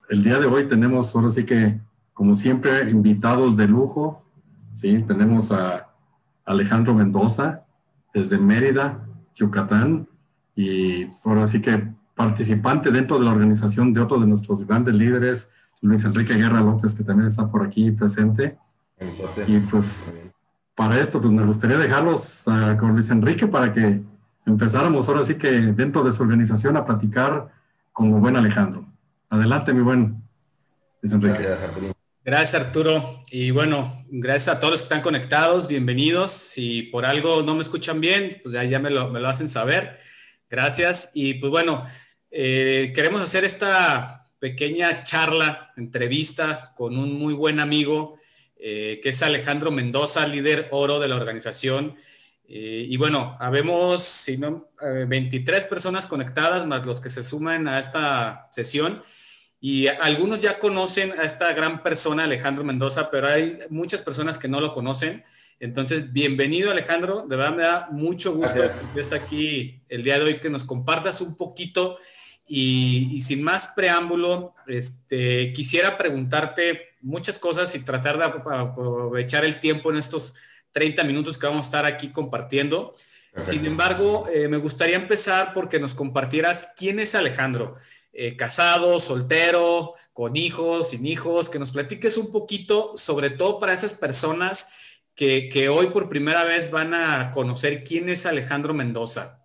el día de hoy tenemos, ahora sí que, como siempre, invitados de lujo. Sí, tenemos a Alejandro Mendoza desde Mérida, Yucatán, y ahora sí que participante dentro de la organización de otro de nuestros grandes líderes, Luis Enrique Guerra López, que también está por aquí presente. Y pues para esto, pues me gustaría dejarlos con Luis Enrique para que empezáramos ahora sí que dentro de su organización a platicar como buen Alejandro. Adelante, mi buen Luis Enrique. Gracias, Arturito. Gracias, Arturo. Y bueno, gracias a todos los que están conectados. Bienvenidos. Si por algo no me escuchan bien, pues ya me lo hacen saber. Gracias. Y pues bueno, queremos hacer esta pequeña charla, entrevista con un muy buen amigo, que es Alejandro Mendoza, líder oro de la organización. Y bueno, habemos, si no, 23 personas conectadas, más los que se suman a esta sesión. Y algunos ya conocen a esta gran persona, Alejandro Mendoza, pero hay muchas personas que no lo conocen. Entonces, bienvenido, Alejandro. De verdad me da mucho gusto Gracias. que estés aquí el día de hoy, que nos compartas un poquito. Y sin más preámbulo, quisiera preguntarte muchas cosas y tratar de aprovechar el tiempo en estos 30 minutos que vamos a estar aquí compartiendo. Perfecto. Sin embargo, me gustaría empezar porque nos compartieras quién es Alejandro. Casado, soltero, con hijos, sin hijos, que nos platiques un poquito, sobre todo para esas personas que hoy por primera vez van a conocer quién es Alejandro Mendoza.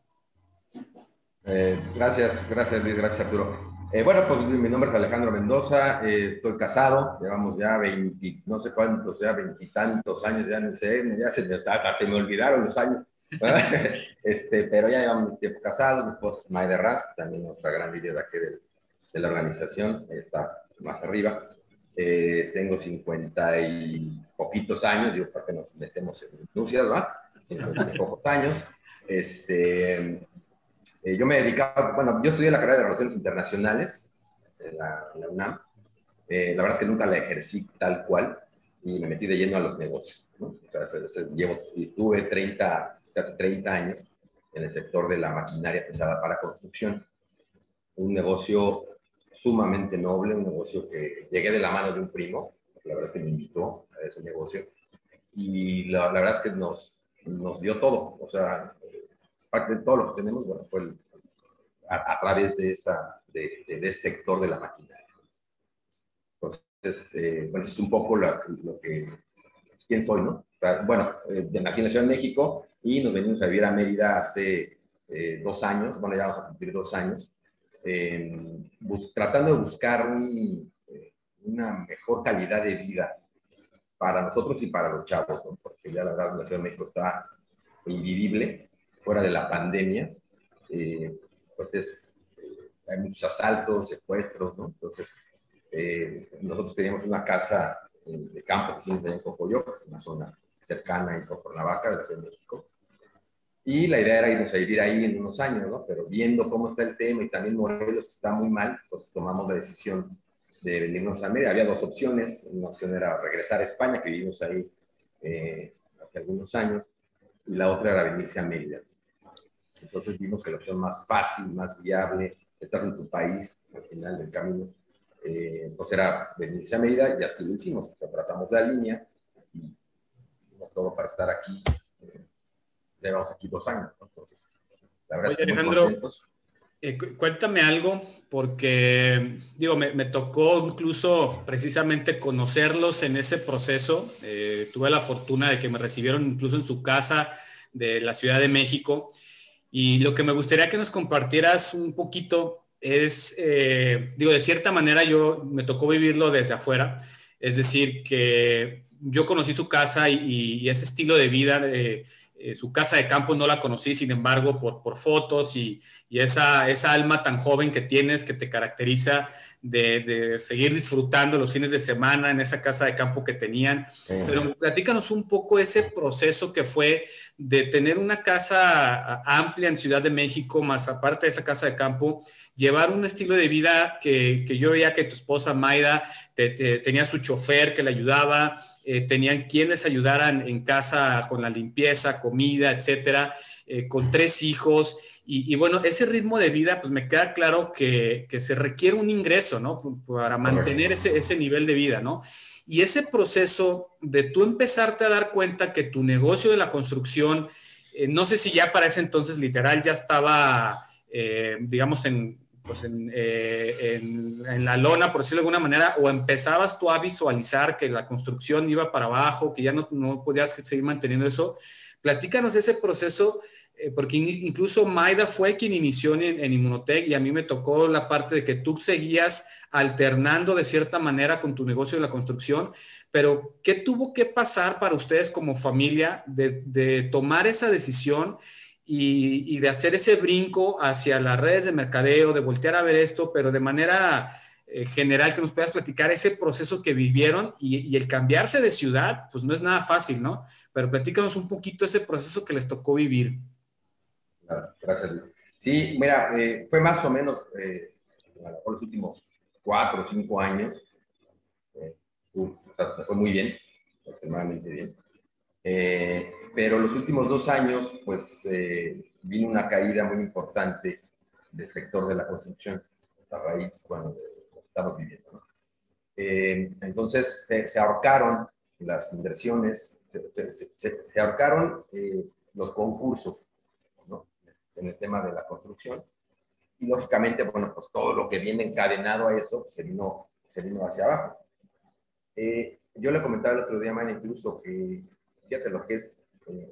Gracias Luis, gracias Arturo. Bueno, pues mi nombre es Alejandro Mendoza, estoy casado, llevamos ya 20, no sé cuántos, ya 20 y tantos años, ya no sé, ya se me olvidaron los años, pero ya llevamos un tiempo casados. Mi esposa es Maide Raz, también otra gran líder aquí de la organización, está más arriba. Tengo 50 y poquitos años, yo creo que nos metemos en nupcias, ¿verdad? 50 y pocos años. Yo me dedicaba, bueno, yo estudié la carrera de Relaciones Internacionales en la UNAM. La verdad es que nunca la ejercí tal cual y me metí de lleno a los negocios, ¿no? O sea, estuve casi 30 años en el sector de la maquinaria pesada para construcción. Un negocio sumamente noble, un negocio que llegué de la mano de un primo, la verdad es que me invitó a ese negocio y la verdad es que nos dio todo, o sea, parte de todo lo que tenemos, bueno, fue a través de ese sector de la maquinaria. Entonces, bueno, es un poco lo que, quién soy, ¿no? O sea, bueno, nací en la Ciudad de México y nos venimos a vivir a Mérida hace 2 años, bueno, ya vamos a cumplir 2 años, tratando de buscar una mejor calidad de vida para nosotros y para los chavos, ¿no? Porque ya la verdad la Ciudad de México está invivible, fuera de la pandemia, pues hay muchos asaltos, secuestros, ¿no? Entonces, nosotros teníamos una casa de campo que hicimos en Cocoyoc, una zona cercana en Cuernavaca, de la Ciudad de México. Y la idea era irnos a vivir ahí en unos años, ¿no? Pero viendo cómo está el tema y también Morelos está muy mal, pues tomamos la decisión de venirnos a Mérida. Había 2 opciones. Una opción era regresar a España, que vivimos ahí hace algunos años, y la otra era venirse a Mérida. Entonces vimos que la opción más fácil, más viable, estás en tu país al final del camino, pues era venirse a Mérida y así lo hicimos. Pues abrazamos la línea y todo para estar aquí. Llevamos aquí 2 años, ¿no? Entonces, la verdad Oye, es que muy Alejandro, contentos. cuéntame algo, porque digo, me tocó incluso precisamente conocerlos en ese proceso. Tuve la fortuna de que me recibieron incluso en su casa de la Ciudad de México. Y lo que me gustaría que nos compartieras un poquito es, digo, de cierta manera me tocó vivirlo desde afuera. Es decir, que yo conocí su casa y ese estilo de vida su casa de campo no la conocí, sin embargo, por fotos y esa alma tan joven que tienes, que te caracteriza de seguir disfrutando los fines de semana en esa casa de campo que tenían. Pero platícanos un poco ese proceso que fue de tener una casa amplia en Ciudad de México, más aparte de esa casa de campo, llevar un estilo de vida que yo veía que tu esposa Maida tenía su chofer que le ayudaba, tenían quienes ayudaran en casa con la limpieza, comida, etcétera. con 3 hijos, y bueno, ese ritmo de vida, pues me queda claro que se requiere un ingreso, ¿no? Para mantener ese nivel de vida, ¿no? Y ese proceso de tú empezarte a dar cuenta que tu negocio de la construcción, no sé si ya para ese entonces literal ya estaba, digamos, pues en la lona, por decirlo de alguna manera, o empezabas tú a visualizar que la construcción iba para abajo, que ya no podías seguir manteniendo eso. Platícanos ese proceso, porque incluso Maida fue quien inició en Inmunotech, y a mí me tocó la parte de que tú seguías alternando de cierta manera con tu negocio de la construcción, pero ¿qué tuvo que pasar para ustedes como familia de tomar esa decisión y de hacer ese brinco hacia las redes de mercadeo, de voltear a ver esto, pero de manera general, que nos puedas platicar ese proceso que vivieron y el cambiarse de ciudad, pues no es nada fácil, ¿no? Pero platícanos un poquito ese proceso que les tocó vivir. Gracias, Luis. Sí, mira, fue más o menos, a lo mejor los últimos 4 o 5 años, o sea, me fue muy bien, extremadamente bien. Pero los últimos 2 años, pues, vino una caída muy importante del sector de la construcción, a raíz cuando estamos viviendo, ¿no? Entonces, se ahorcaron las inversiones, se ahorcaron los concursos, ¿no? En el tema de la construcción. Y lógicamente, bueno, pues todo lo que viene encadenado a eso se vino hacia abajo. Yo le comentaba el otro día, man, incluso que, fíjate lo que es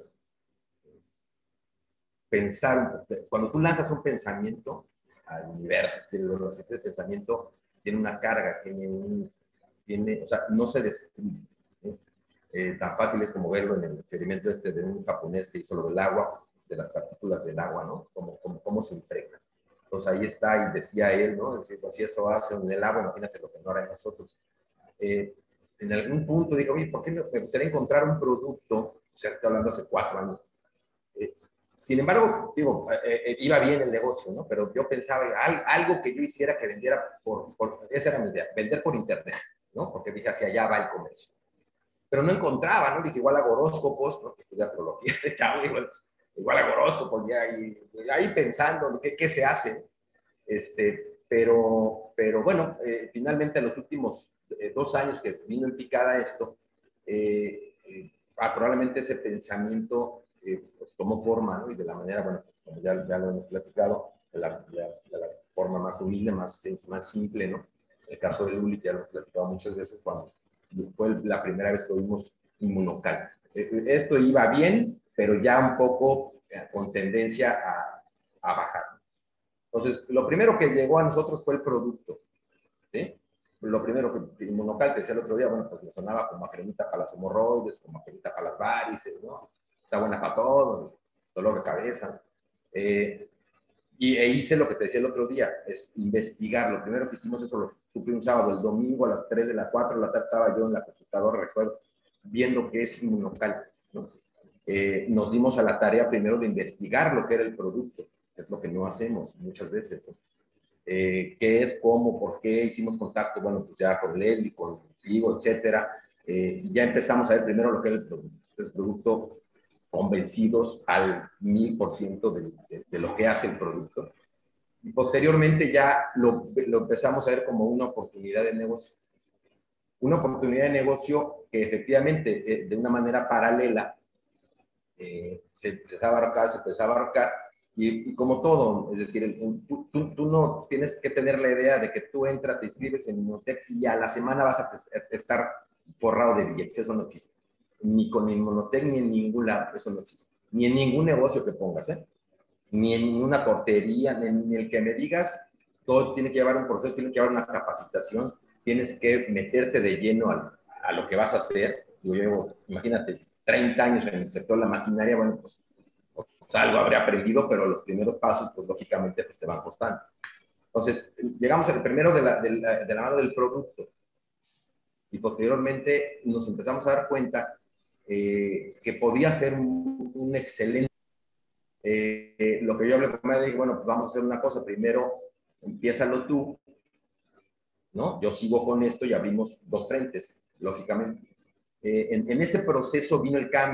pensar, cuando tú lanzas un pensamiento al universo, ese pensamiento tiene una carga, o sea, no se destruye. Tan fácil es como verlo en el experimento de un japonés que hizo lo del agua, de las partículas del agua, ¿no? Cómo se impregna. Entonces ahí está, y decía él, ¿no? Decir, pues, si eso hace en el agua, imagínate lo que no hará en nosotros. En algún punto digo, oye, ¿por qué no me gustaría encontrar un producto? O sea, estoy hablando hace 4 años. Sin embargo, digo, iba bien el negocio, ¿no? Pero yo pensaba, algo que yo hiciera que vendiera esa era mi idea, vender por internet, ¿no? Porque dije, hacia allá va el comercio. Pero no encontraba, ¿no? Dije, igual hago horóscopos, ¿no? Estudié astrología, igual hago horóscopos, ya ahí pensando qué se hace. Pero bueno, finalmente en los últimos 2 años que vino en picada esto, probablemente ese pensamiento pues tomó forma, ¿no? Y de la manera, bueno, pues, como ya lo hemos platicado, de la forma más humilde, más simple, ¿no? El caso de Luli, ya lo hemos platicado muchas veces, cuando fue la primera vez que vimos Inmunocal. Esto iba bien, pero ya un poco con tendencia a bajar. Entonces, lo primero que llegó a nosotros fue el producto, ¿sí? Lo primero que Inmunocal, te decía el otro día, bueno, pues me sonaba como cremita para las hemorroides, como cremita para las varices, ¿no? Está buena para todo, dolor de cabeza. Hice lo que te decía el otro día, es investigar. Lo primero que hicimos, eso lo supe un sábado, el domingo a las 3 de la 4 de la tarde estaba yo en la computadora, recuerdo, viendo qué es Inmunocal, ¿no? Nos dimos a la tarea primero de investigar lo que era el producto, que es lo que no hacemos muchas veces, ¿no? Qué es, cómo, por qué, hicimos contacto, bueno, pues ya con Leslie, contigo, etcétera. Ya empezamos a ver primero lo que era el producto. El producto, convencidos al 1000% de lo que hace el producto. Y posteriormente ya lo empezamos a ver como una oportunidad de negocio. Una oportunidad de negocio que efectivamente, de una manera paralela, se empezaba a abarcar, y como todo, es decir, tú no tienes que tener la idea de que tú entras, te inscribes en Inmunotech y a la semana vas a estar forrado de billetes. Eso no existe. Ni con Inmunotech ni en ningún lado, eso no existe. Ni en ningún negocio que pongas, ni en una tortería, ni el que me digas. Todo tiene que llevar un proceso, tiene que llevar una capacitación, tienes que meterte de lleno a lo que vas a hacer. Yo llevo, imagínate, 30 años en el sector de la maquinaria, bueno, pues algo habré aprendido, pero los primeros pasos, pues lógicamente, pues te van costando. Entonces, llegamos al primero de la mano del producto, y posteriormente nos empezamos a dar cuenta que podía ser un excelente. Lo que yo hablé con Maida, dije, bueno, pues vamos a hacer una cosa, primero empiézalo tú, ¿no? Yo sigo con esto y abrimos 2 frentes, lógicamente. En ese proceso vino el cambio.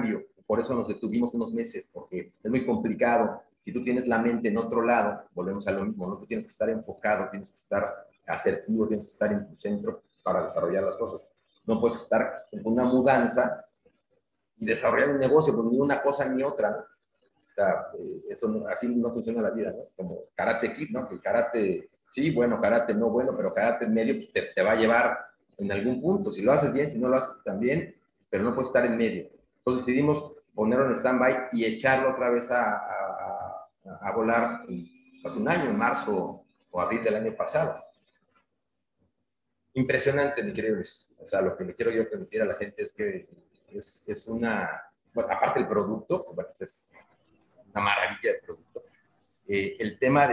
por eso nos detuvimos unos meses, porque es muy complicado. Si tú tienes la mente en otro lado, volvemos a lo mismo, ¿no? Tú tienes que estar enfocado, tienes que estar asertivo, tienes que estar en tu centro para desarrollar las cosas. No puedes estar en una mudanza y desarrollar un negocio, pues ni una cosa ni otra, ¿no? O sea, eso no, así no funciona la vida, ¿no? Como Karate Kid, ¿no? Que el karate, sí, bueno, karate no bueno, pero karate en medio pues, te va a llevar en algún punto. Si lo haces bien, si no lo haces tan bien, pero no puedes estar en medio. Entonces decidimos ponerlo en stand-by y echarlo otra vez a volar hace un año, en marzo o abril del año pasado. Impresionante, mi querido Luis. O sea, lo que le quiero yo transmitir a la gente es que es una, bueno, aparte del producto, bueno, es una maravilla de producto, el tema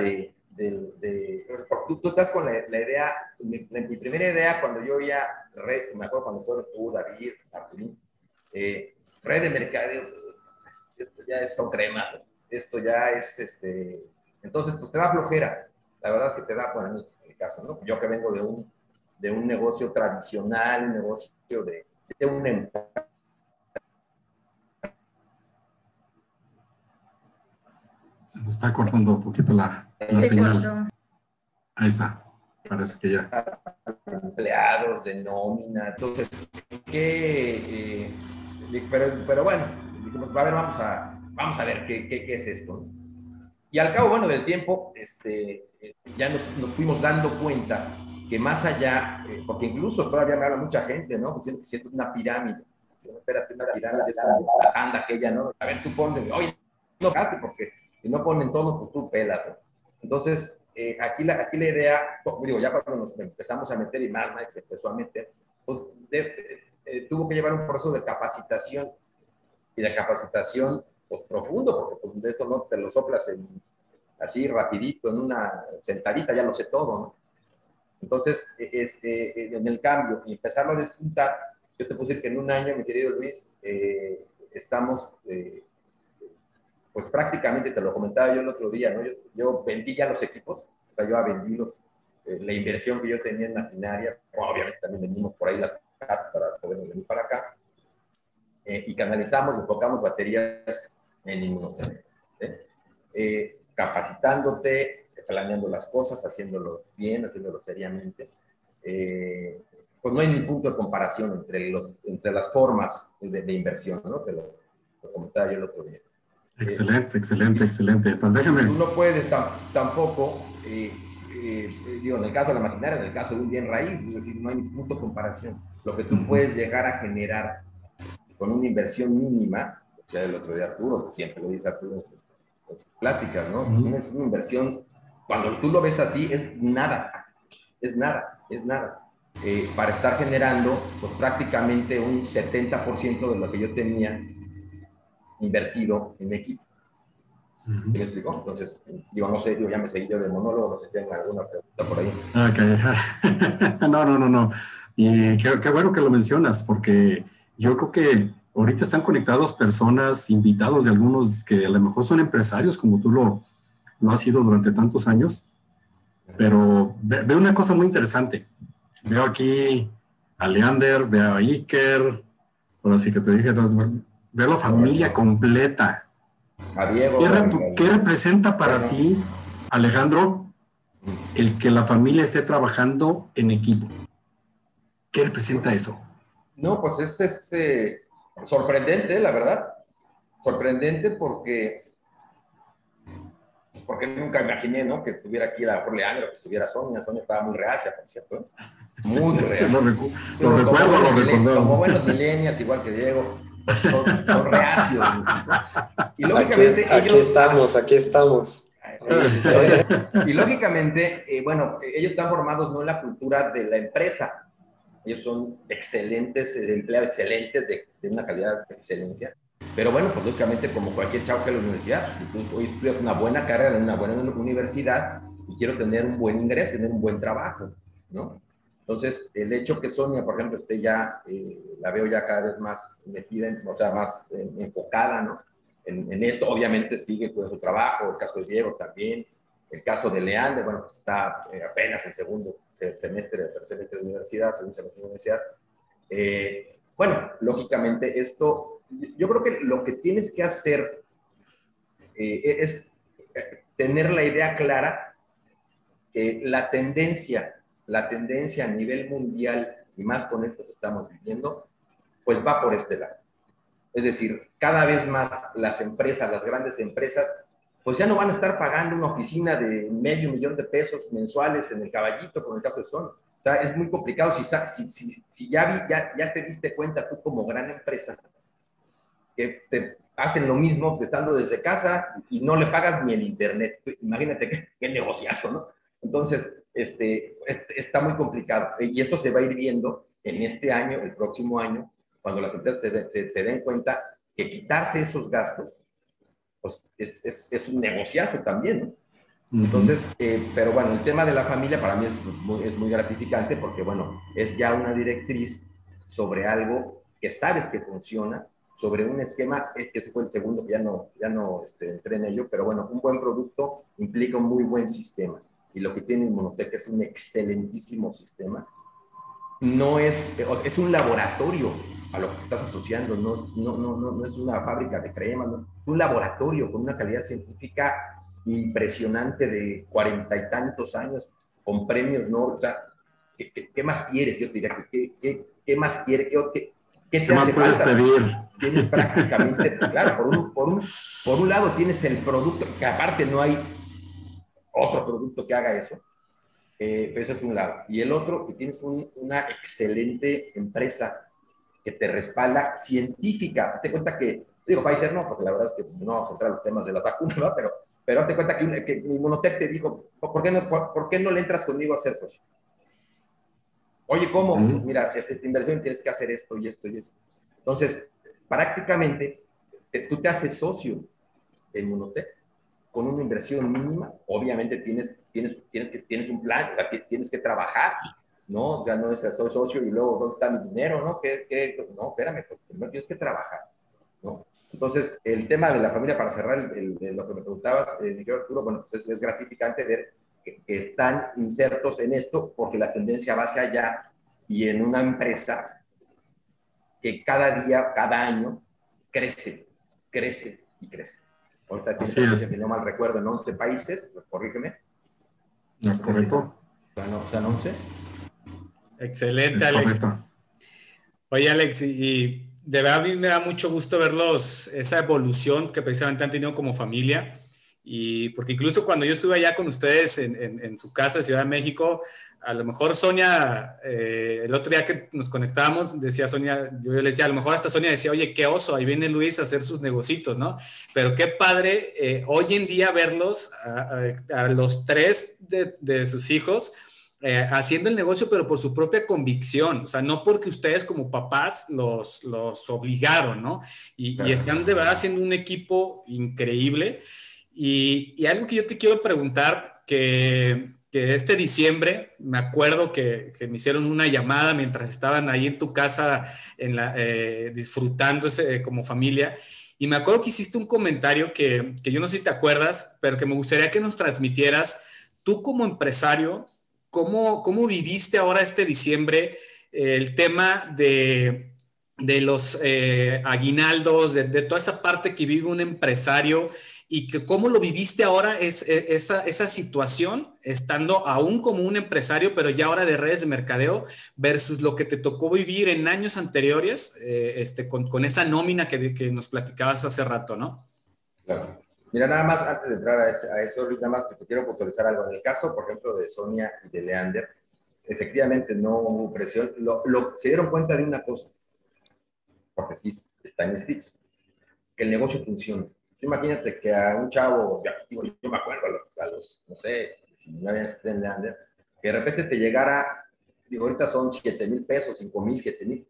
tú estás con la idea, mi primera idea cuando yo ya, me acuerdo cuando fueron tú, David, Arturín, red de mercadeo, esto ya son cremas, esto ya es, entonces pues te da flojera, la verdad es que te da, bueno, en mi caso, ¿no? Yo que vengo de un negocio tradicional, un negocio de una empresa. Se nos está cortando un poquito la señal. Cortó. Ahí está. Parece que ya. Empleados, de nómina. Entonces, pero bueno, dijimos, a ver, vamos a ver qué es esto. Y al cabo, bueno, del tiempo, ya nos fuimos dando cuenta que más allá, porque incluso todavía me habla mucha gente, ¿no? Pues siento una pirámide. Espérate, una pirámide es como la anda aquella, ¿no? A ver, tú ponle, oye, no gaste, porque si no ponen todo, pues tú pelas, ¿no? Entonces, aquí la idea, digo, ya cuando nos empezamos a meter y más se empezó a meter, pues, tuvo que llevar un proceso de capacitación, y de capacitación pues profundo, porque pues, de esto no te lo soplas así rapidito, en una sentadita, ya lo sé todo, ¿no? Entonces, en el cambio y empezarlo a despuntar, yo te puedo decir que en un año, mi querido Luis, estamos, pues prácticamente, te lo comentaba yo el otro día, ¿no? Yo vendí ya los equipos, o sea, yo vendí la inversión que yo tenía en maquinaria, obviamente también vendimos por ahí las casas para poder venir para acá, y canalizamos y enfocamos baterías en inmunoterapia. Capacitándote, planeando las cosas, haciéndolo bien, haciéndolo seriamente. Pues no hay ni punto de comparación entre las formas de inversión, ¿no? Te lo comentaba yo el otro día. Excelente, excelente. Pues déjame. Tú no puedes tampoco, digo, en el caso de la maquinaria, en el caso de un bien raíz, es decir, no hay ni punto de comparación. Lo que tú puedes llegar a generar con una inversión mínima, ya el otro día Arturo, siempre lo dice Arturo en sus pláticas, ¿no? Tienes una inversión, cuando tú lo ves así, es nada. Para estar generando, pues prácticamente un 70% de lo que yo tenía invertido en equipo. ¿Sí me explico? Entonces, digo, no sé, ya me seguí yo de monólogo, no sé si tengan alguna pregunta por ahí. Okay. No. Y qué bueno que lo mencionas, porque yo creo que ahorita están conectados personas, invitados de algunos que a lo mejor son empresarios, como tú lo has sido durante tantos años, pero veo una cosa muy interesante. Veo aquí a Leander, veo a Iker, ahora sí que te dije, veo la familia completa. A Diego. ¿Qué representa para ti, Alejandro, el que la familia esté trabajando en equipo? ¿Qué representa eso? No, pues es sorprendente, la verdad. Sorprendente porque nunca imaginé, ¿no? Que estuviera aquí la Leandro, que estuviera Sonia. Sonia estaba muy reacia, por cierto. Muy reacia. lo recuerdo. Como buenos millennials, igual que Diego, son reacios. Y lógicamente Aquí estamos. Y lógicamente, bueno, ellos están formados no en la cultura de la empresa. Ellos son excelentes, empleados excelentes, de una calidad de excelencia. Pero bueno, pues lógicamente, como cualquier chavo que sale a la universidad, si tú hoy estudias una buena carrera en una buena universidad y quiero tener un buen ingreso, tener un buen trabajo, ¿no? Entonces, el hecho que Sonia, por ejemplo, esté ya, la veo ya cada vez más metida, o sea, más enfocada, ¿no? En esto, obviamente sigue con su trabajo, el caso de Diego también, el caso de Leander, bueno, pues está apenas en segundo tercer semestre de universidad, segundo semestre de universidad. Bueno, lógicamente esto yo creo que lo que tienes que hacer es tener la idea clara que la tendencia a nivel mundial, y más con esto que estamos viviendo, pues va por este lado. Es decir, cada vez más las empresas, las grandes empresas, pues ya no van a estar pagando una oficina de $500,000 mensuales en el Caballito, como en el caso de Sony. O sea, es muy complicado. Si ya te diste cuenta tú como gran empresa que te hacen lo mismo estando desde casa y no le pagas ni el internet. Imagínate qué negociazo, ¿no? Entonces, está muy complicado. Y esto se va a ir viendo en este año, el próximo año, cuando las empresas se den cuenta que quitarse esos gastos, pues es un negociazo también, ¿no? Entonces, pero bueno, el tema de la familia para mí es muy gratificante porque, bueno, es ya una directriz sobre algo que sabes que funciona, sobre un esquema, que ese fue el segundo, que ya no entré en ello, pero bueno, un buen producto implica un muy buen sistema. Y lo que tiene Inmunotech es un excelentísimo sistema. No es un laboratorio a lo que te estás asociando, no es una fábrica de cremas, no, es un laboratorio con una calidad científica impresionante de 40 y tantos años, con premios, ¿no? O sea, ¿qué más quieres? Yo te diría, ¿qué más quieres? ¿Qué te hace puedes falta? pedir? Tienes prácticamente, claro, por un lado tienes el producto, que aparte no hay otro producto que haga eso, pero ese es un lado. Y el otro, que tienes una excelente empresa que te respalda científica. Hazte cuenta que, digo, Pfizer no, porque la verdad es que no vamos a entrar en los temas de las vacunas, ¿no? Pero hazte cuenta que Inmunotech te dijo, ¿por qué no le entras conmigo a ser socio? Oye, ¿cómo? Pues mira, esta inversión tienes que hacer esto y esto y esto. Entonces, prácticamente, tú te haces socio de Inmunotech con una inversión mínima. Obviamente tienes un plan, tienes que trabajar, ¿no? Ya no es soy socio y luego, ¿dónde está mi dinero, no? No, espérame, pues, primero tienes que trabajar, ¿no? Entonces, el tema de la familia, para cerrar lo que me preguntabas, Miguel Arturo, bueno, pues es gratificante ver que están insertos en esto, porque la tendencia va hacia allá, y en una empresa que cada día, cada año, crece y crece. Ahorita tiene, si no mal recuerdo, en 11 países, corrígeme. ¿Es correcto? ¿Son 11? Excelente, es Alex. Correcto. Oye, Alex, y de verdad a mí me da mucho gusto verlos, esa evolución que precisamente han tenido como familia. Y porque incluso cuando yo estuve allá con ustedes en su casa de Ciudad de México, a lo mejor Sonia, el otro día que nos conectábamos, decía Sonia, yo le decía, a lo mejor hasta Sonia decía, oye, qué oso, ahí viene Luis a hacer sus negocitos, ¿no? Pero qué padre hoy en día verlos, a los tres de sus hijos, haciendo el negocio, pero por su propia convicción, o sea, no porque ustedes como papás los obligaron, ¿no? Y están de verdad haciendo un equipo increíble. Y algo que yo te quiero preguntar, que este diciembre, me acuerdo que me hicieron una llamada mientras estaban ahí en tu casa disfrutando como familia, y me acuerdo que hiciste un comentario que yo no sé si te acuerdas, pero que me gustaría que nos transmitieras, tú como empresario, ¿cómo viviste ahora este diciembre el tema de los aguinaldos, de toda esa parte que vive un empresario, y que cómo lo viviste ahora esa situación, estando aún como un empresario, pero ya ahora de redes de mercadeo, versus lo que te tocó vivir en años anteriores, con esa nómina que nos platicabas hace rato, ¿no? Claro. Mira, nada más antes de entrar a eso, nada más que te quiero puntualizar algo. En el caso, por ejemplo, de Sonia y de Leander, efectivamente no hubo presión. Se dieron cuenta de una cosa, porque sí están escritos, que el negocio funciona. Imagínate que a un chavo, yo me acuerdo a los no sé, si no habían en Leander, que de repente te llegara, digo, ahorita son 7,000 pesos, 5,000, 7,000.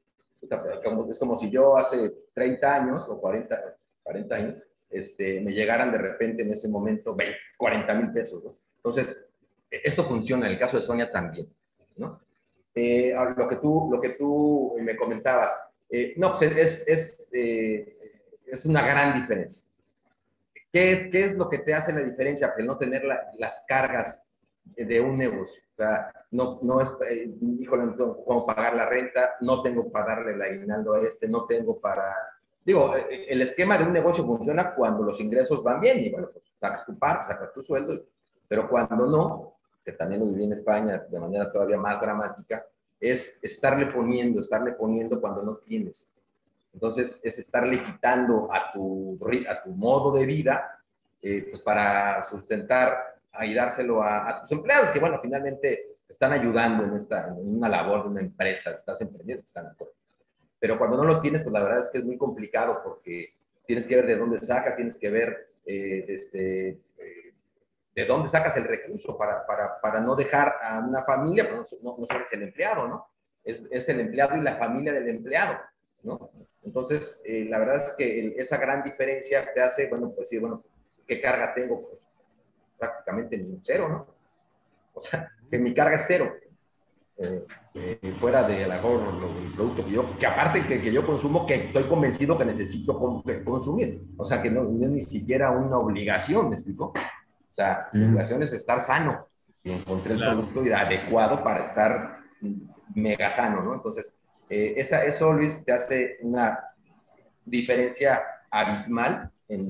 Es como si yo hace 30 años o 40 años, me llegaran de repente en ese momento 40,000 pesos, ¿no? Entonces, esto funciona en el caso de Sonia también, ¿no? Lo que tú me comentabas, no, pues es una gran diferencia. ¿Qué es lo que te hace la diferencia? El no tener las cargas de un negocio. O sea, no es, híjole, no tengo cómo pagar la renta, no tengo para darle el aguinaldo a no tengo para Digo, el esquema de un negocio funciona cuando los ingresos van bien y bueno, pues sacas tu parte, sacas tu sueldo, pero cuando no, que también lo viví en España de manera todavía más dramática, es estarle poniendo cuando no tienes. Entonces, es estarle quitando a tu modo de vida, pues para sustentar y dárselo a tus empleados, que bueno, finalmente te están ayudando en una labor de una empresa, estás emprendiendo, están de acuerdo. Pero cuando no lo tienes, pues la verdad es que es muy complicado porque tienes que ver de dónde sacas, tienes que ver de dónde sacas el recurso para no dejar a una familia, pues no solo es el empleado, ¿no? Es el empleado y la familia del empleado, ¿no? Entonces, la verdad es que esa gran diferencia te hace, bueno, pues sí, bueno, ¿qué carga tengo? Pues prácticamente cero, ¿no? O sea, que mi carga es cero. Fuera de el producto que aparte que yo consumo, que estoy convencido que necesito consumir. O sea, que no es ni siquiera una obligación, ¿me explico? O sea, la obligación es estar sano y encontré el producto adecuado para estar mega sano, ¿no? Entonces, eso, Luis, te hace una diferencia abismal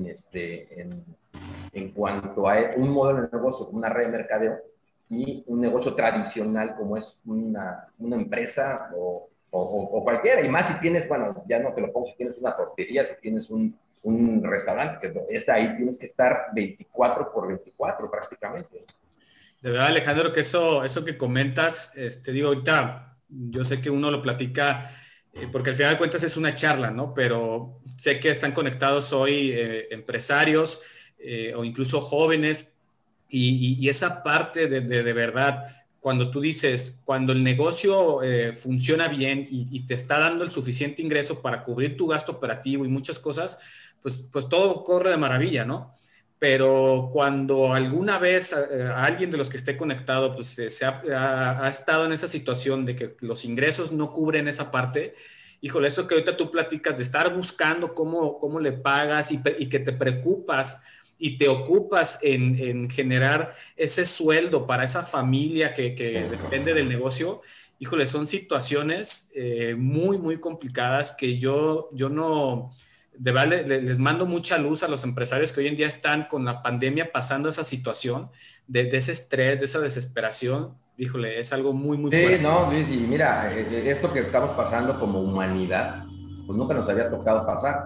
en cuanto a un modelo de negocio, una red de mercadeo, y un negocio tradicional como es una empresa o cualquiera. Y más si tienes, bueno, ya no te lo pongo, si tienes una tortería, si tienes un restaurante, que está ahí, tienes que estar 24/24 prácticamente. De verdad, Alejandro, que eso que comentas, digo, ahorita yo sé que uno lo platica porque al final de cuentas es una charla, ¿no? Pero sé que están conectados hoy empresarios o incluso jóvenes y esa parte de verdad, cuando tú dices, cuando el negocio funciona bien y te está dando el suficiente ingreso para cubrir tu gasto operativo y muchas cosas, pues todo corre de maravilla, ¿no? Pero cuando alguna vez alguien de los que esté conectado pues, ha estado en esa situación de que los ingresos no cubren esa parte, híjole, eso que ahorita tú platicas de estar buscando cómo le pagas y que te preocupas y te ocupas en generar ese sueldo para esa familia que depende del negocio, híjole, son situaciones muy, muy complicadas que yo no, de verdad les mando mucha luz a los empresarios que hoy en día están con la pandemia pasando esa situación de ese estrés, de esa desesperación. Híjole, es algo muy, muy Sí, fuerte. no, Luis, y mira, esto que estamos pasando como humanidad, pues nunca nos había tocado pasar.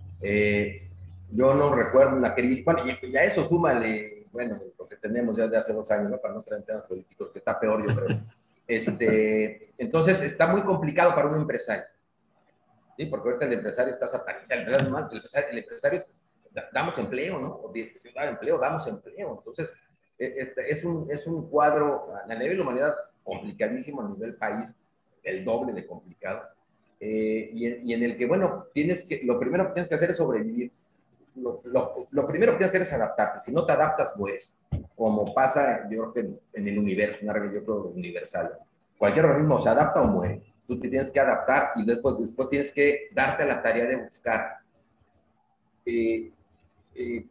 Yo no recuerdo una crisis, bueno, y a eso súmale, bueno, lo que tenemos ya de hace 2 años, ¿no? Para no traer temas políticos, que está peor, yo creo. Entonces, está muy complicado para un empresario, ¿sí? Porque ahorita el empresario está satanizado, el empresario damos empleo, ¿no? Damos empleo. Entonces, es un cuadro a nivel de humanidad complicadísimo, a nivel país, el doble de complicado. Y en el que, bueno, lo primero que tienes que hacer es sobrevivir. Lo primero que tienes que hacer es adaptarte. Si no te adaptas, mueres. Como pasa, yo creo que en el universo, una regla yo creo universal. Cualquier organismo se adapta o muere. Tú te tienes que adaptar y después tienes que darte a la tarea de buscar eh, eh,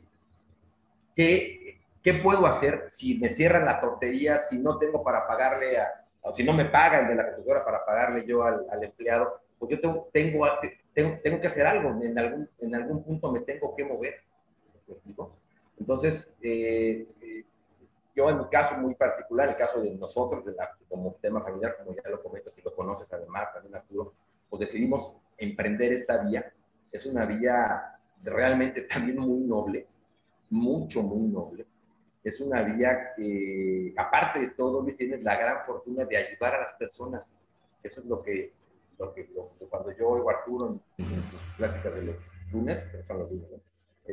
¿qué puedo hacer si me cierran la tortería, si no tengo para pagarle o si no me paga el de la computadora para pagarle yo al empleado? Pues yo tengo que hacer algo, en algún punto me tengo que mover. ¿Me explico? Entonces, yo en mi caso muy particular, el caso de nosotros, como tema familiar, como ya lo comentas y lo conoces además, también Arturo, pues decidimos emprender esta vía. Es una vía realmente también muy noble, muy noble. Es una vía que, aparte de todo, tienes la gran fortuna de ayudar a las personas. Eso es lo que cuando yo oigo a Arturo en sus pláticas de los lunes, que son los lunes, ¿no?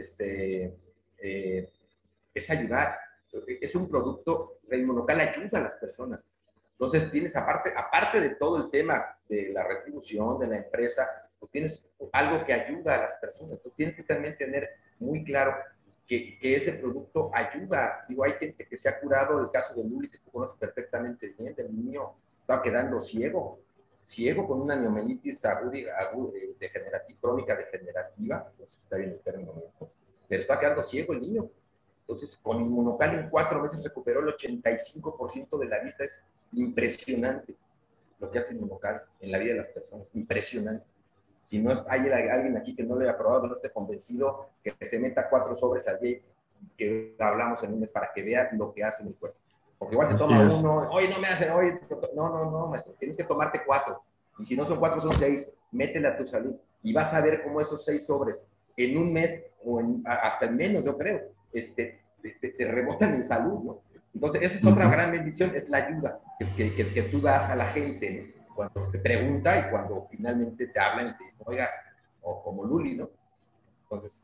Es ayudar. Es un producto, el Monocal ayuda a las personas. Entonces tienes, aparte de todo el tema de la retribución de la empresa, pues tienes algo que ayuda a las personas. Entonces tienes que también tener muy claro que ese producto ayuda. Digo, hay gente que se ha curado, el caso de Luli, que tú conoces perfectamente bien, del niño estaba quedando ciego con una neumonitis crónica degenerativa, pues está bien el término médico, pero está quedando ciego el niño. Entonces, con Inmunocal en 4 meses recuperó el 85% de la vista. Es impresionante lo que hace Inmunocal en la vida de las personas, impresionante. Si no hay alguien aquí que no lo haya probado, que no esté convencido, que se meta 4 sobres allí, que hablamos en un mes para que vea lo que hace mi cuerpo. Porque igual se toma uno, hoy no me hacen, hoy, no, maestro, tienes que tomarte 4. Y si no son 4, son 6, métele a tu salud. Y vas a ver cómo esos 6 sobres en un mes, o hasta en menos, yo creo, te rebotan en salud, ¿no? Entonces, esa es otra gran bendición, es la ayuda que tú das a la gente, ¿no? Cuando te pregunta y cuando finalmente te hablan y te dicen, oiga, o como Luli, ¿no? Entonces...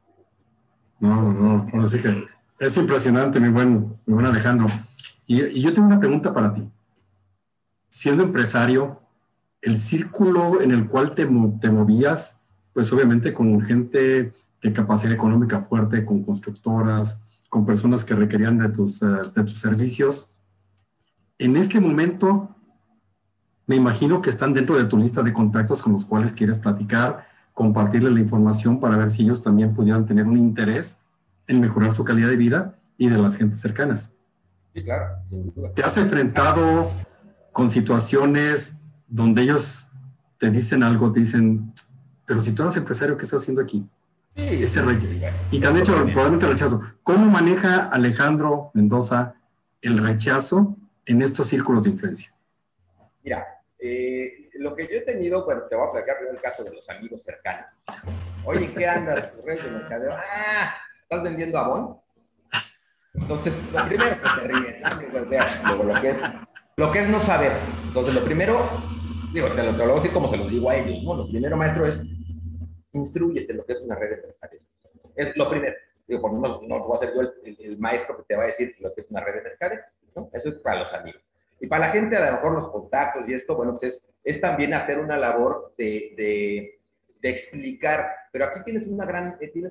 Así que es impresionante, mi buen Alejandro. Y yo tengo una pregunta para ti. Siendo empresario, el círculo en el cual te movías, pues obviamente con gente de capacidad económica fuerte, con constructoras, con personas que requerían de tus servicios. En este momento, me imagino que están dentro de tu lista de contactos con los cuales quieres platicar, compartirles la información para ver si ellos también pudieran tener un interés en mejorar su calidad de vida y de las gentes cercanas. Sí, claro, sin duda. ¿Te has enfrentado con situaciones donde ellos te dicen algo, te dicen, pero si tú eres empresario, ¿qué estás haciendo aquí? Sí, y te han hecho probablemente rechazo. ¿Cómo maneja Alejandro Mendoza el rechazo en estos círculos de influencia? Mira, lo que yo he tenido, bueno, te voy a platicar primero el caso de los amigos cercanos. Oye, ¿qué andas? Redes de mercadeo. Ah, ¿estás vendiendo Avon? Entonces, lo primero que te ríen, luego lo que es no saber. Entonces, lo primero, digo, te lo voy a decir como se los digo a ellos, ¿no? Lo primero, maestro, es instrúyete lo que es una red de mercadeo. Es lo primero. Digo, por no voy a ser yo el maestro que te va a decir lo que es una red de mercadeo, ¿no? Eso es para los amigos. Y para la gente, a lo mejor los contactos y esto, bueno, pues es también hacer una labor de explicar. Pero aquí tienes una gran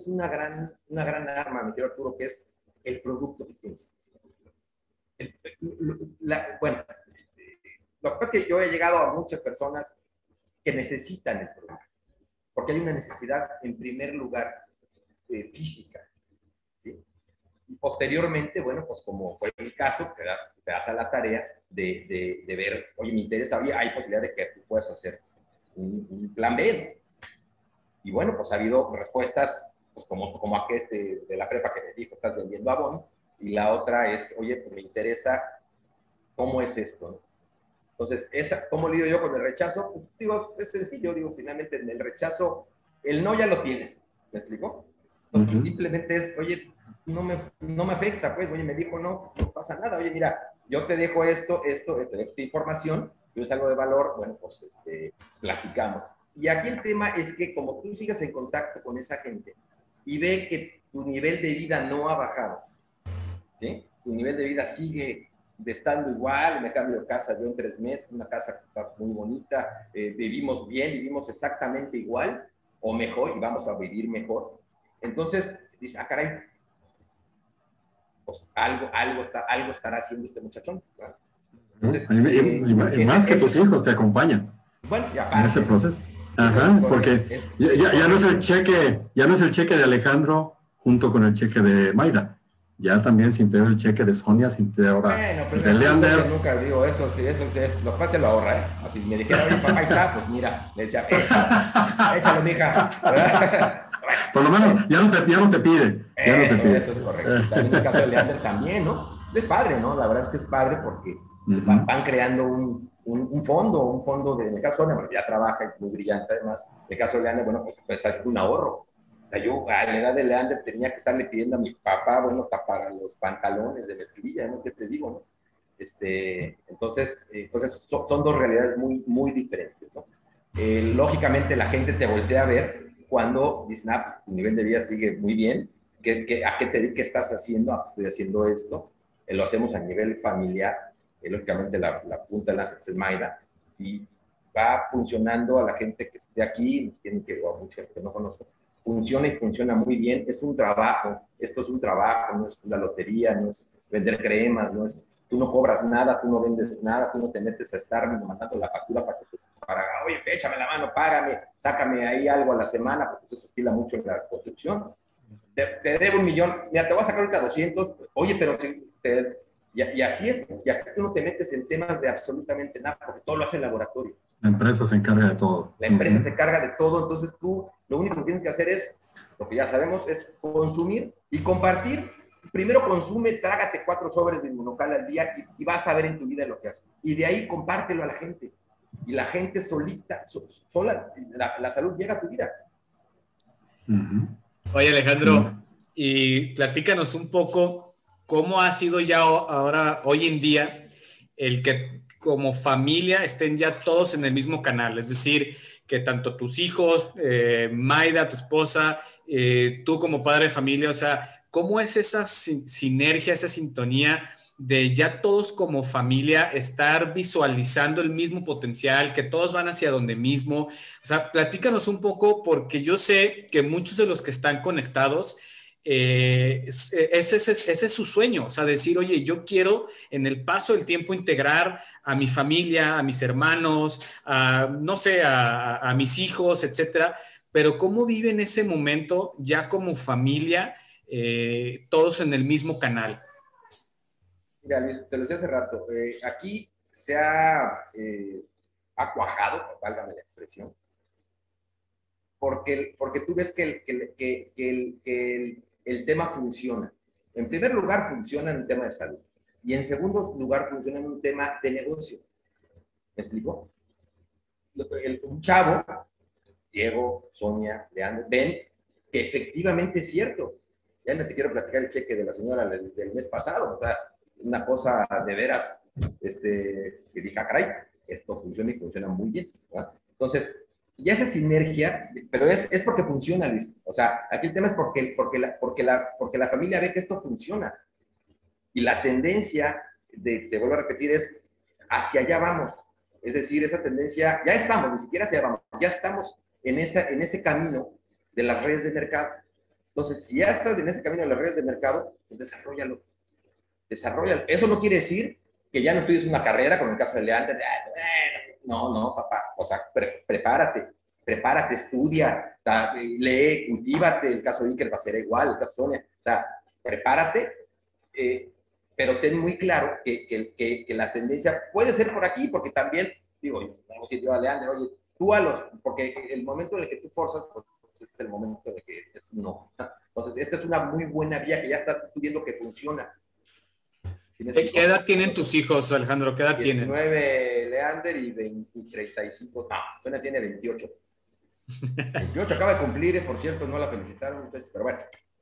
arma, mi querido Arturo, que es el producto que tienes. Bueno, lo que pasa es que yo he llegado a muchas personas que necesitan el producto, porque hay una necesidad, en primer lugar, física, ¿sí? Y posteriormente, bueno, pues como fue mi caso, te das a la tarea de ver, oye, me interesa, hay posibilidad de que tú puedas hacer un plan B, ¿no? Y bueno, pues ha habido respuestas, pues como aquel de la prepa que me dijo, estás vendiendo Avon, y la otra es, oye, pues me interesa, ¿cómo es esto, no? Entonces, ¿cómo lidio yo con el rechazo? Pues, digo, es sencillo, digo, finalmente en el rechazo, el no ya lo tienes, ¿me explico? Entonces, simplemente es, oye, no me afecta, pues, oye, me dijo no pasa nada, oye, mira, yo te dejo esto, te dejo tu información, si es algo de valor, bueno, pues, platicamos. Y aquí el tema es que como tú sigas en contacto con esa gente y ve que tu nivel de vida no ha bajado, ¿sí? Tu nivel de vida sigue estando igual, me cambio de casa yo en 3 meses, una casa que está muy bonita, vivimos bien, vivimos exactamente igual o mejor y vamos a vivir mejor. Entonces, dice, ah, caray, pues algo estará haciendo este muchachón, ¿verdad? Entonces, y más que tus hijos te acompañan. Bueno, ya en ese proceso. Ajá, porque ya no es el cheque de Alejandro junto con el cheque de Mayra. Ya también se integró el cheque de Sonia, se integró ahora de Leander. Nunca digo eso, sí, eso es, lo cual se lo ahorra, ¿eh? Así me dijera, oye, papá, está, pues mira, le decía, échalo, mija. Por lo menos, ya no te pide. Eso es correcto. También en el caso de Leander también, ¿no? Es padre, ¿no? La verdad es que es padre porque van creando un fondo en el caso de Sonia, bueno, ya trabaja, es muy brillante además. En el caso de Leander, bueno, pues hace un ahorro. O sea, yo a la edad de Leander tenía que estarle pidiendo a mi papá, bueno, para los pantalones de mezclilla, ¿no? ¿Qué te digo, no? Entonces son dos realidades muy, muy diferentes, ¿no? Lógicamente la gente te voltea a ver cuando dicen, ah, pues, tu nivel de vida sigue muy bien, ¿a qué estás haciendo? Ah, pues, estoy haciendo esto, lo hacemos a nivel familiar, lógicamente la punta de lanza es Mayra, y va funcionando a la gente que esté aquí, o a mucha gente que no conozco, funciona y funciona muy bien, es un trabajo, esto es un trabajo, no es la lotería, no es vender cremas, tú no cobras nada, tú no vendes nada, tú no te metes a estar mandando la factura para oye, échame la mano, págame, sácame ahí algo a la semana, porque eso se estila mucho en la construcción. Te debo 1 millón, mira, te voy a sacar ahorita 200, oye, pero y así es, y aquí tú no te metes en temas de absolutamente nada, porque todo lo hace el laboratorio. La empresa se encarga de todo. La empresa se encarga de todo, entonces tú lo único que tienes que hacer es, lo que ya sabemos, es consumir y compartir. Primero consume, trágate 4 sobres de Inmunocal al día y vas a ver en tu vida lo que haces. Y de ahí compártelo a la gente. Y la gente solita, sola, la salud llega a tu vida. Oye, Alejandro, y platícanos un poco cómo ha sido ya ahora, hoy en día, el que como familia estén ya todos en el mismo canal. Es decir, que tanto tus hijos, Maida, tu esposa, tú como padre de familia, o sea, ¿cómo es esa sinergia, esa sintonía de ya todos como familia estar visualizando el mismo potencial, que todos van hacia donde mismo? O sea, platícanos un poco, porque yo sé que muchos de los que están conectados, ese es su sueño, o sea, decir, oye, yo quiero en el paso del tiempo integrar a mi familia, a mis hermanos, no sé, a mis hijos, etcétera, pero ¿cómo viven ese momento ya como familia, todos en el mismo canal? Mira, Luis, te lo decía hace rato, aquí se ha cuajado, válgame la expresión, porque tú ves que el tema funciona. En primer lugar, funciona en un tema de salud. Y en segundo lugar, funciona en un tema de negocio. ¿Me explico? Un chavo, Diego, Sonia, Leandro, ven que efectivamente es cierto. Ya no te quiero platicar el cheque de la señora del mes pasado. O sea, una cosa de veras, que dije, caray, esto funciona y funciona muy bien, ¿verdad? Entonces, ya esa sinergia, pero es porque funciona, Luis. O sea, aquí el tema es porque la familia ve que esto funciona. Y la tendencia, te vuelvo a repetir, es hacia allá vamos. Es decir, esa tendencia, ya estamos, ni siquiera hacia allá vamos, ya estamos en ese camino de las redes de mercado. Entonces, si ya estás en ese camino de las redes de mercado, pues desarróllalo. Eso no quiere decir que ya no estudies una carrera, como en el caso de Leandro. No, papá. O sea, prepárate, estudia, lee, cultívate. El caso de Iker va a ser igual, el caso de Sonia. O sea, prepárate, pero ten muy claro que la tendencia puede ser por aquí, porque también, digo, vamos a decir a Leandro, oye, porque el momento en el que tú forzas, pues, es el momento en el que es no. Entonces, esta es una muy buena vía que ya estás viendo que funciona. ¿Qué edad tienen tus hijos, Alejandro? ¿Qué edad tienen? 19 Leander y 35. No, Sonia tiene 28. 28 acaba de cumplir, por cierto, no la felicitaron, pero bueno.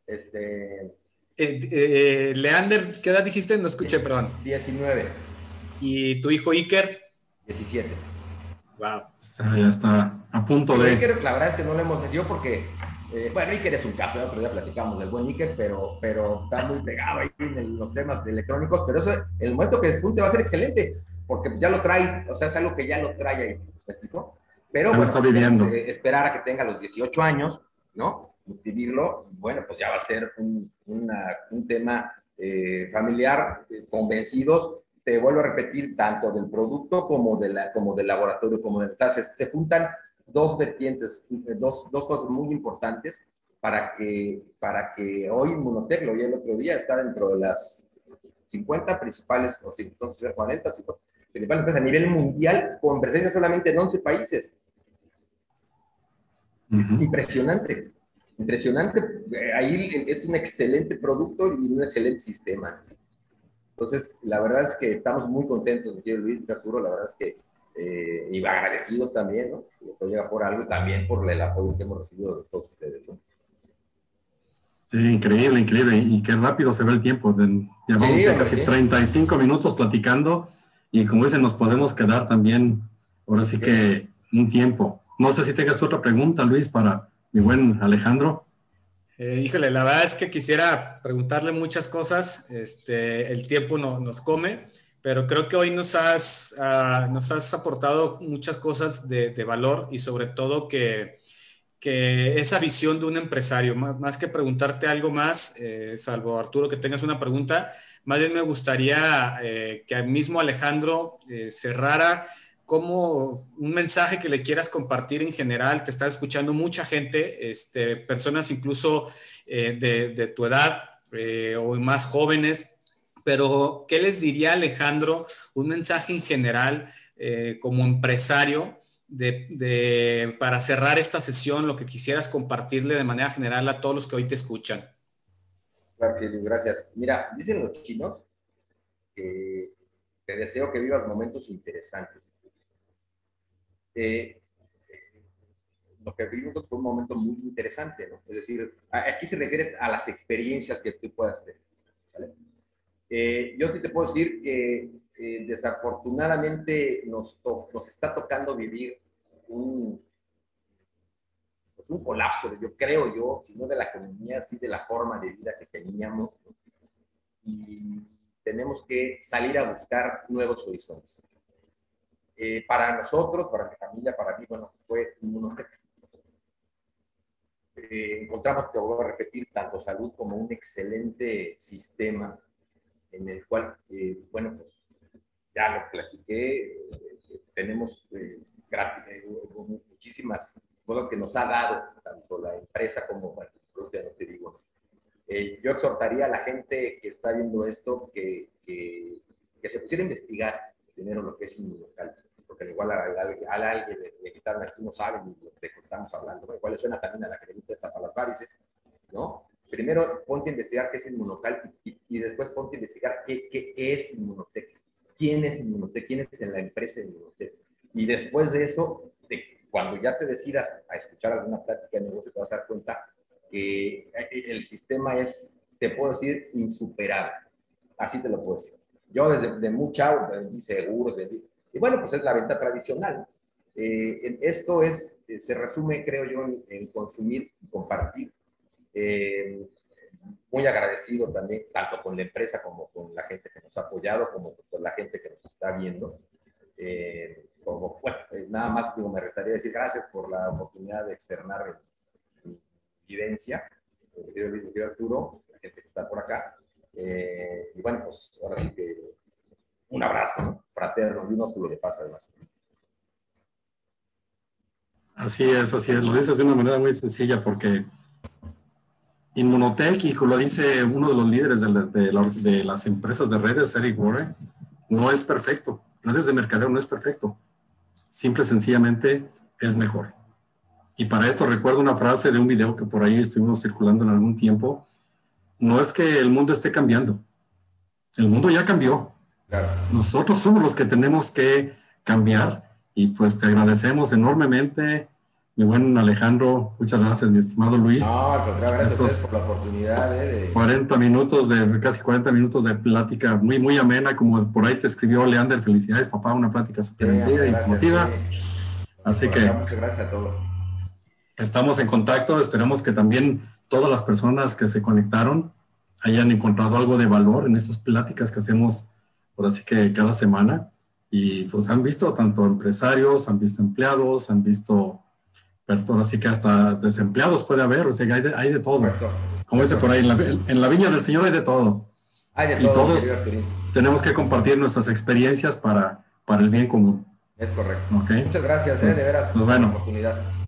Leander, ¿qué edad dijiste? No escuché, perdón. 19. ¿Y tu hijo Iker? 17. Wow. Ya está a punto de... Iker, la verdad es que no lo hemos metido porque, bueno, Iker es un caso, el otro día platicamos del buen Iker, pero está muy pegado ahí en los temas electrónicos, pero eso, el momento que despunte va a ser excelente, porque ya lo trae, o sea, es algo que ya lo trae ahí, ¿me explico? Pero ya bueno, está viviendo. Esperar a que tenga los 18 años, ¿no? Vivirlo, bueno, pues ya va a ser un tema familiar, convencidos. Te vuelvo a repetir, tanto del producto como del laboratorio, o sea, se juntan dos vertientes, dos cosas muy importantes para que hoy Inmunotech, lo vi el otro día, está dentro de las 50 principales, o si son 40, principales empresas a nivel mundial, con presencia solamente en 11 países. Impresionante. Ahí es un excelente producto y un excelente sistema. Entonces, la verdad es que estamos muy contentos, mi querido Luis, Arturo, la verdad es que, y agradecidos también, ¿no? Que esto llega por algo y también por el apoyo que hemos recibido de todos ustedes, ¿no? Sí, increíble, y qué rápido se ve el tiempo. Ya vamos a casi 35 minutos platicando y como dicen, nos podemos quedar también, ahora sí que un tiempo. No sé si tengas otra pregunta, Luis, para mi buen Alejandro. Híjole, la verdad es que quisiera preguntarle muchas cosas. El tiempo nos come, pero creo que hoy nos has aportado muchas cosas de valor y sobre todo que esa visión de un empresario, más que preguntarte algo más, salvo Arturo que tengas una pregunta, más bien me gustaría que al mismo Alejandro cerrara como un mensaje que le quieras compartir en general. Te está escuchando mucha gente, personas incluso de tu edad o más jóvenes, pero ¿qué les diría Alejandro? Un mensaje en general como empresario para cerrar esta sesión, lo que quisieras compartirle de manera general a todos los que hoy te escuchan. Claro, gracias. Mira, dicen los chinos que te deseo que vivas momentos interesantes. Lo que vivimos fue un momento muy interesante, ¿no? Es decir, aquí se refiere a las experiencias que tú puedas tener, ¿vale? Yo sí te puedo decir que desafortunadamente nos está tocando vivir un colapso, yo creo, si no de la economía, sí de la forma de vida que teníamos, ¿no? Y tenemos que salir a buscar nuevos horizontes. Para nosotros, para mi familia, para mí, bueno, fue Inmunotech. Encontramos, te voy a repetir, tanto salud como un excelente sistema en el cual, bueno, pues ya lo platiqué, tenemos muchísimas cosas que nos ha dado tanto la empresa como, bueno, ya no te digo. Yo exhortaría a la gente que está viendo esto que se pusiera a investigar primero lo que es Inmunocal, porque igual a alguien le quitaron aquí, no saben ni de qué estamos hablando, igual le suena también a la cremita esta para las varices, ¿no? Primero ponte a investigar qué es Inmunocal y después ponte a investigar qué es Inmunotech, quién es Inmunotech, quién es en la empresa de Inmunotech. Y después de eso, cuando ya te decidas a escuchar alguna plática de negocio, te vas a dar cuenta que el sistema es, te puedo decir, insuperable. Así te lo puedo decir. Yo desde muy chavo vendí seguros, y bueno, pues es la venta tradicional. Esto se resume, creo yo, en consumir y compartir. Muy agradecido también, tanto con la empresa como con la gente que nos ha apoyado, como con la gente que nos está viendo. Bueno, nada más me restaría decir gracias por la oportunidad de externar mi vivencia. Yo Arturo, la gente que está por acá. Y bueno, pues ahora sí que un abrazo, ¿no? Fraterno y un ósculo de paz además. Así es, lo dices de una manera muy sencilla porque Inmunotech, y como lo dice uno de los líderes de las empresas de redes, Eric Warren, no es perfecto. Redes de mercadeo no es perfecto. Simple y sencillamente es mejor. Y para esto recuerdo una frase de un video que por ahí estuvimos circulando en algún tiempo. No es que el mundo esté cambiando. El mundo ya cambió. Claro. Nosotros somos los que tenemos que cambiar. Y pues te agradecemos enormemente, mi buen Alejandro. Muchas gracias, mi estimado Luis. No, al contrario, gracias a ustedes por la oportunidad de 40 minutos casi 40 minutos de plática muy, muy amena, como por ahí te escribió Leander. Felicidades, papá, una plática súper informativa. Así que muchas gracias a todos. Estamos en contacto. Esperamos que también todas las personas que se conectaron hayan encontrado algo de valor en estas pláticas que hacemos, por así que cada semana. Y pues han visto tanto empresarios, han visto empleados, han visto personas, así que hasta desempleados puede haber, o sea, hay de todo. Correcto. Como dice por ahí, en la viña del Señor hay de todo. Hay de todo. Y todos tenemos que compartir nuestras experiencias para el bien común. Es correcto. ¿Okay? Muchas gracias, de veras, por la oportunidad.